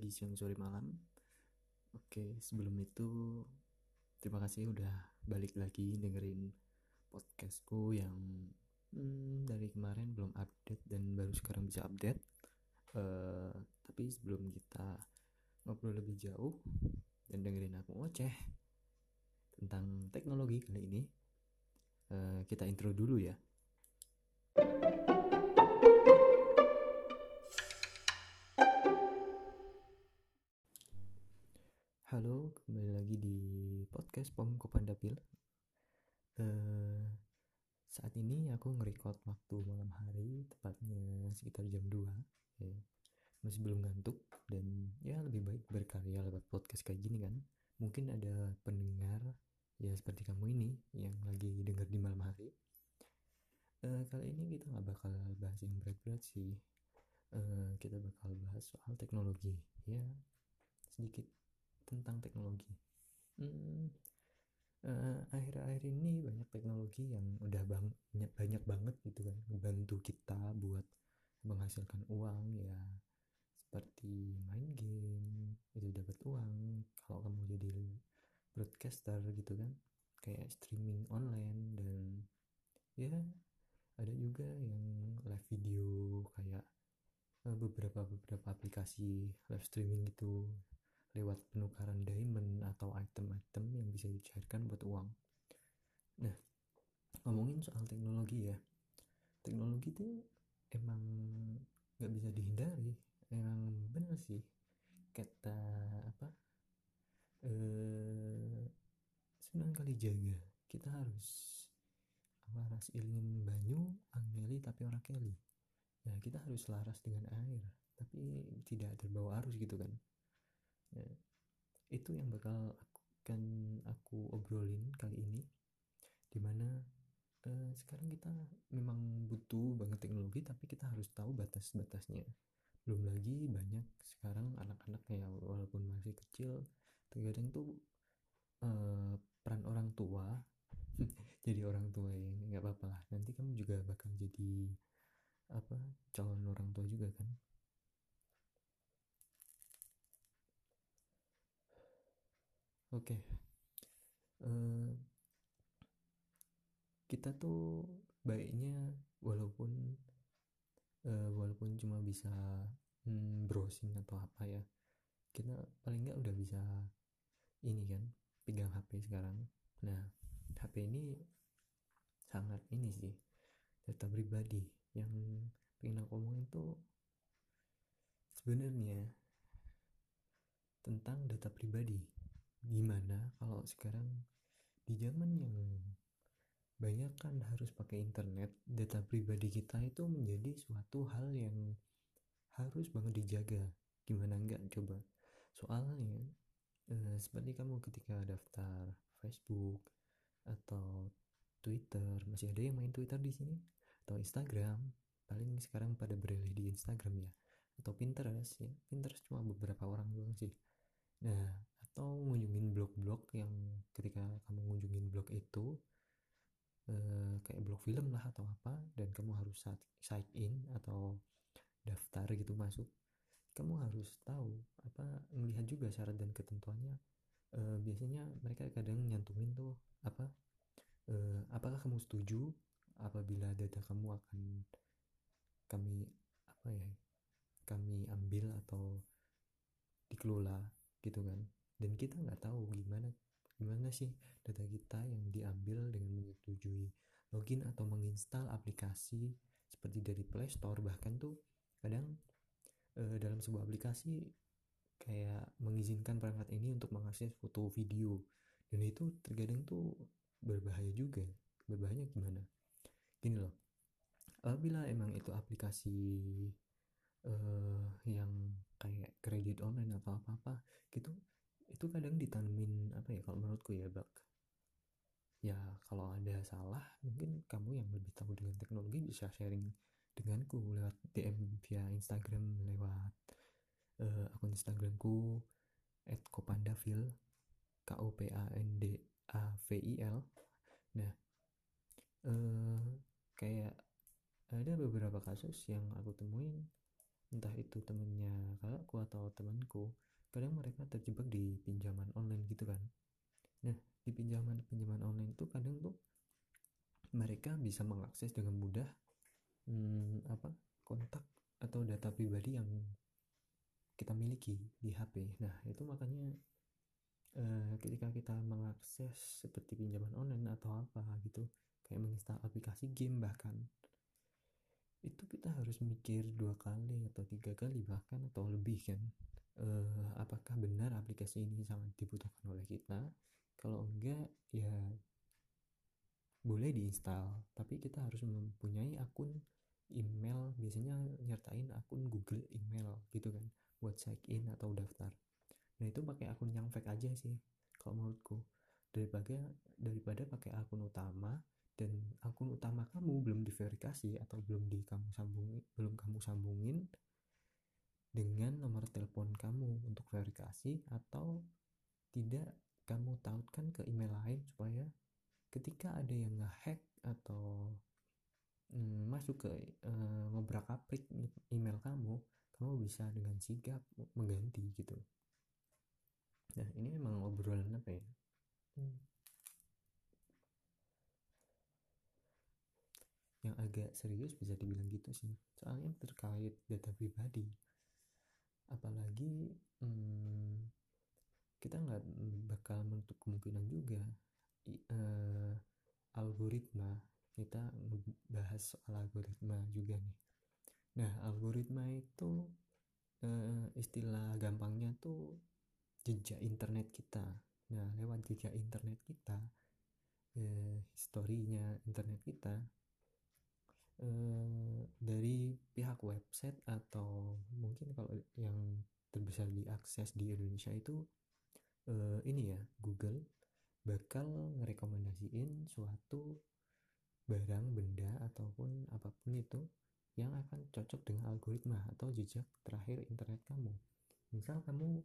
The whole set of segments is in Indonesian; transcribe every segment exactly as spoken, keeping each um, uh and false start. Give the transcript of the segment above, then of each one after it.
pagi, siang, sore, malam. Oke, sebelum itu terima kasih udah balik lagi dengerin podcastku yang hmm, dari kemarin belum update dan baru sekarang bisa update. Uh, tapi sebelum kita ngobrol lebih jauh dan dengerin aku ngoceh tentang teknologi kali ini, uh, kita intro dulu ya. Halo, kembali lagi di podcast Pom Kopandapil. Uh, saat ini aku nge-record waktu malam hari, tepatnya sekitar jam dua ya. Masih belum ngantuk dan ya lebih baik berkarya lewat podcast kayak gini kan. Mungkin ada pendengar ya seperti kamu ini yang lagi denger di malam hari. Uh, kali ini kita gak bakal bahas yang berat-berat sih. Uh, kita bakal bahas soal teknologi ya, sedikit tentang teknologi. Hmm, uh, akhir-akhir ini banyak teknologi yang udah bang- banyak, banyak banget gitu kan, membantu kita buat menghasilkan uang ya, seperti main game itu dapat uang, kalau kamu jadi broadcaster gitu kan, kayak streaming online, dan ya ada juga yang live video kayak uh, beberapa beberapa aplikasi live streaming itu lewat penukaran diamond atau item-item yang bisa dicairkan buat uang. Nah, ngomongin soal teknologi ya, teknologi itu emang nggak bisa dihindari, emang bener sih kata apa eh Sunan Kalijaga, kita harus laras ilin banyu angeli tapi ora keli. Ya, kita harus laras dengan air tapi tidak terbawa arus gitu kan ya. Itu yang bakal akan aku obrolin kali ini, dimana uh, sekarang kita memang butuh banget teknologi tapi kita harus tahu batas-batasnya. Belum lagi banyak sekarang anak-anak ya, walaupun masih kecil, terkadang tuh uh, peran orang tua jadi orang tua ya nggak apa-apa lah, nanti kamu juga bakal jadi apa calon orang tua juga kan. Oke, okay. uh, kita tuh baiknya walaupun uh, walaupun cuma bisa hmm, browsing atau apa ya, kita paling nggak udah bisa ini kan, pegang H P sekarang. Nah, H P ini sangat ini sih, data pribadi. Yang pengen aku omongin tuh sebenarnya tentang data pribadi. Gimana kalau sekarang di zaman yang banyak kan harus pakai internet, data pribadi kita itu menjadi suatu hal yang harus banget dijaga. Gimana enggak coba? Soalnya eh, seperti kamu ketika daftar Facebook atau Twitter, masih ada yang main Twitter di sini? Atau Instagram? Paling sekarang pada beralih di Instagram ya. Atau Pinterest ya. Pinterest cuma beberapa orang doang sih. Nah, atau ngunjungin blog-blog yang ketika kamu ngunjungin blog itu eh, kayak blog film lah atau apa, dan kamu harus sign in atau daftar gitu masuk, kamu harus tahu apa, melihat juga syarat dan ketentuannya. Eh, biasanya mereka kadang nyantumin tuh apa, eh, apakah kamu setuju apabila data kamu akan kami apa ya kami ambil atau dikelola gitu kan. Dan kita nggak tahu gimana gimana sih data kita yang diambil dengan menyetujui login atau menginstal aplikasi seperti dari Play Store. Bahkan tuh kadang eh, dalam sebuah aplikasi kayak mengizinkan perangkat ini untuk mengakses foto video, dan itu terkadang tuh berbahaya juga. Berbahaya gimana, gini loh, apabila emang itu aplikasi uh, yang kayak kredit online atau apa-apa gitu, itu kadang ditanemin apa ya, kalau menurutku ya bug. Ya kalau ada salah mungkin kamu yang lebih tahu dengan teknologi bisa sharing denganku lewat D M via Instagram, lewat uh, akun Instagramku at kopandavil, K O P A N D A V I L. Nah, uh, kayak ada beberapa kasus yang aku temuin entah itu temennya kakakku atau temanku, kadang mereka terjebak di pinjaman online gitu kan. Nah, di pinjaman pinjaman online itu kadang tuh mereka bisa mengakses dengan mudah hmm, apa kontak atau data pribadi yang kita miliki di H P. Nah, itu makanya eh, ketika kita mengakses seperti pinjaman online atau apa gitu, kayak menginstal aplikasi game bahkan, itu kita harus mikir dua kali atau tiga kali bahkan atau lebih kan, eh, apakah benar aplikasi ini sangat dibutuhkan oleh kita. Kalau enggak ya boleh diinstal, tapi kita harus mempunyai akun email, biasanya nyertain akun Google email gitu kan, buat check in atau daftar. Nah, itu pakai akun yang fake aja sih kalau menurutku, daripada daripada pakai akun utama dan akun utama kamu belum diverifikasi atau belum di kamu sambungin belum kamu sambungin dengan nomor telepon kamu untuk verifikasi, atau tidak kamu tautkan ke email lain, supaya ketika ada yang ngehack atau mm, masuk ke uh, ngobrak-abrik email kamu, kamu bisa dengan sigap mengganti gitu. Nah, ini memang obrolan apa ya, hmm, yang agak serius bisa dibilang gitu sih, soalnya terkait data pribadi. Apalagi hmm, kita nggak bakal menutup kemungkinan juga i- eh, algoritma, kita bahas soal algoritma juga nih. Nah, algoritma itu eh, istilah gampangnya tuh jejak internet kita. Nah, lewat jejak internet kita, eh, historinya internet kita, eh, dari pihak website atau mungkin kalau yang terbesar diakses di Indonesia itu eh, ini ya, Google bakal ngerekomendasiin suatu barang, benda, ataupun apapun itu yang akan cocok dengan algoritma atau jejak terakhir internet kamu. Misal kamu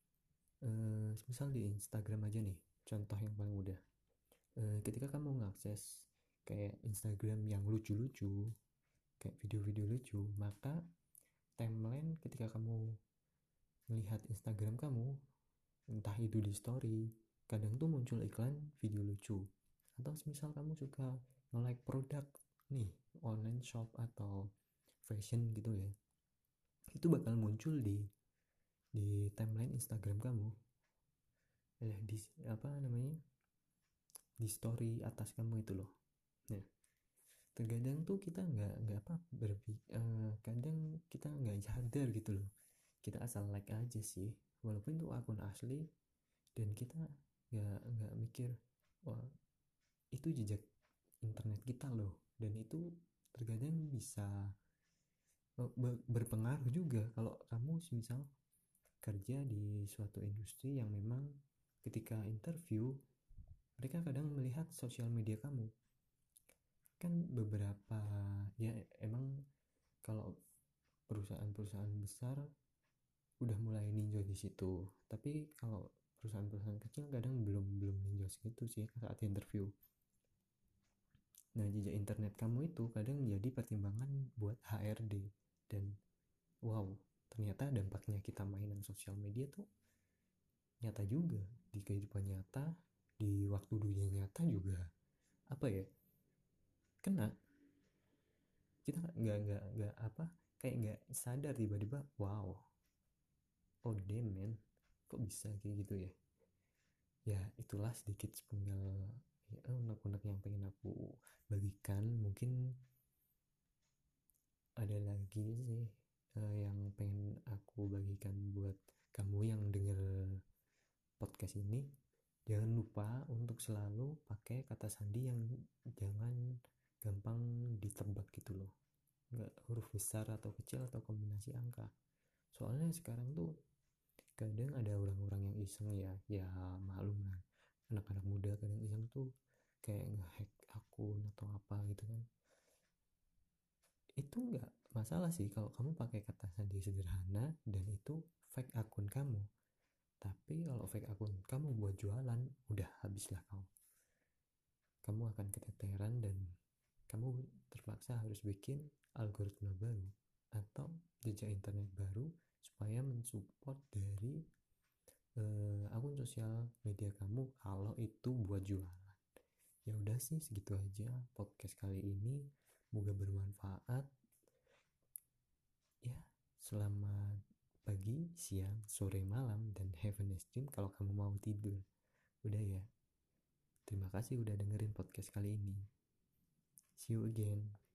eh, misal di Instagram aja nih, contoh yang paling mudah. Eh, ketika kamu ngakses kayak Instagram yang lucu-lucu, kayak video-video lucu, maka timeline ketika kamu melihat Instagram kamu, entah itu di story, kadang tuh muncul iklan video lucu. Atau misal kamu suka nge-like produk nih, online shop atau fashion gitu ya, itu bakal muncul di di timeline Instagram kamu, eh di apa namanya, di story atas kamu itu loh. Nah, terkadang tuh kita nggak nggak apa berpikir, uh, kadang kita nggak sadar gitu loh, kita asal like aja sih walaupun itu akun asli, dan kita nggak nggak mikir, wah itu jejak internet kita loh. Dan itu terkadang bisa berpengaruh juga kalau kamu misal kerja di suatu industri yang memang ketika interview mereka kadang melihat sosial media kamu. Kan beberapa ya emang kalau perusahaan-perusahaan besar udah mulai ninjau di situ, tapi kalau perusahaan-perusahaan kecil kadang belum belum ninjau segitu sih saat interview. Nah, jejak internet kamu itu kadang jadi pertimbangan buat H R D. Dan wow, ternyata dampaknya kita mainan sosial media tuh nyata juga di kehidupan nyata, di waktu dunia nyata juga apa ya, kena. Kita nggak nggak nggak apa, kayak nggak sadar tiba-tiba, wow, oh damn man, kok bisa kayak gitu ya. Ya itulah sedikit sepenggal ya, unek-unek yang pengen aku bagikan. Mungkin ada lagi sih uh, yang pengen aku bagikan buat kamu yang denger podcast ini. Jangan lupa untuk selalu pakai kata sandi yang jangan gampang ditebak gitu loh, nggak huruf besar atau kecil atau kombinasi angka. Soalnya sekarang tuh kadang ada orang-orang yang iseng ya, ya maklum lah, anak-anak muda kadang iseng tuh kayak ngehack akun atau apa gitu kan. Itu nggak masalah sih kalau kamu pakai kata sandi sederhana dan itu fake akun kamu. Tapi kalau fake akun kamu buat jualan, udah habislah kau. Kamu akan keteteran dan kamu terpaksa harus bikin algoritma baru. atau jejak internet baru supaya mensupport dari uh, akun sosial media kamu kalau itu buat jualan. Ya udah sih, segitu aja podcast kali ini, semoga bermanfaat ya. Selamat pagi, siang, sore, malam, dan have a nice dream kalau kamu mau tidur. Udah ya, terima kasih udah dengerin podcast kali ini. See you again.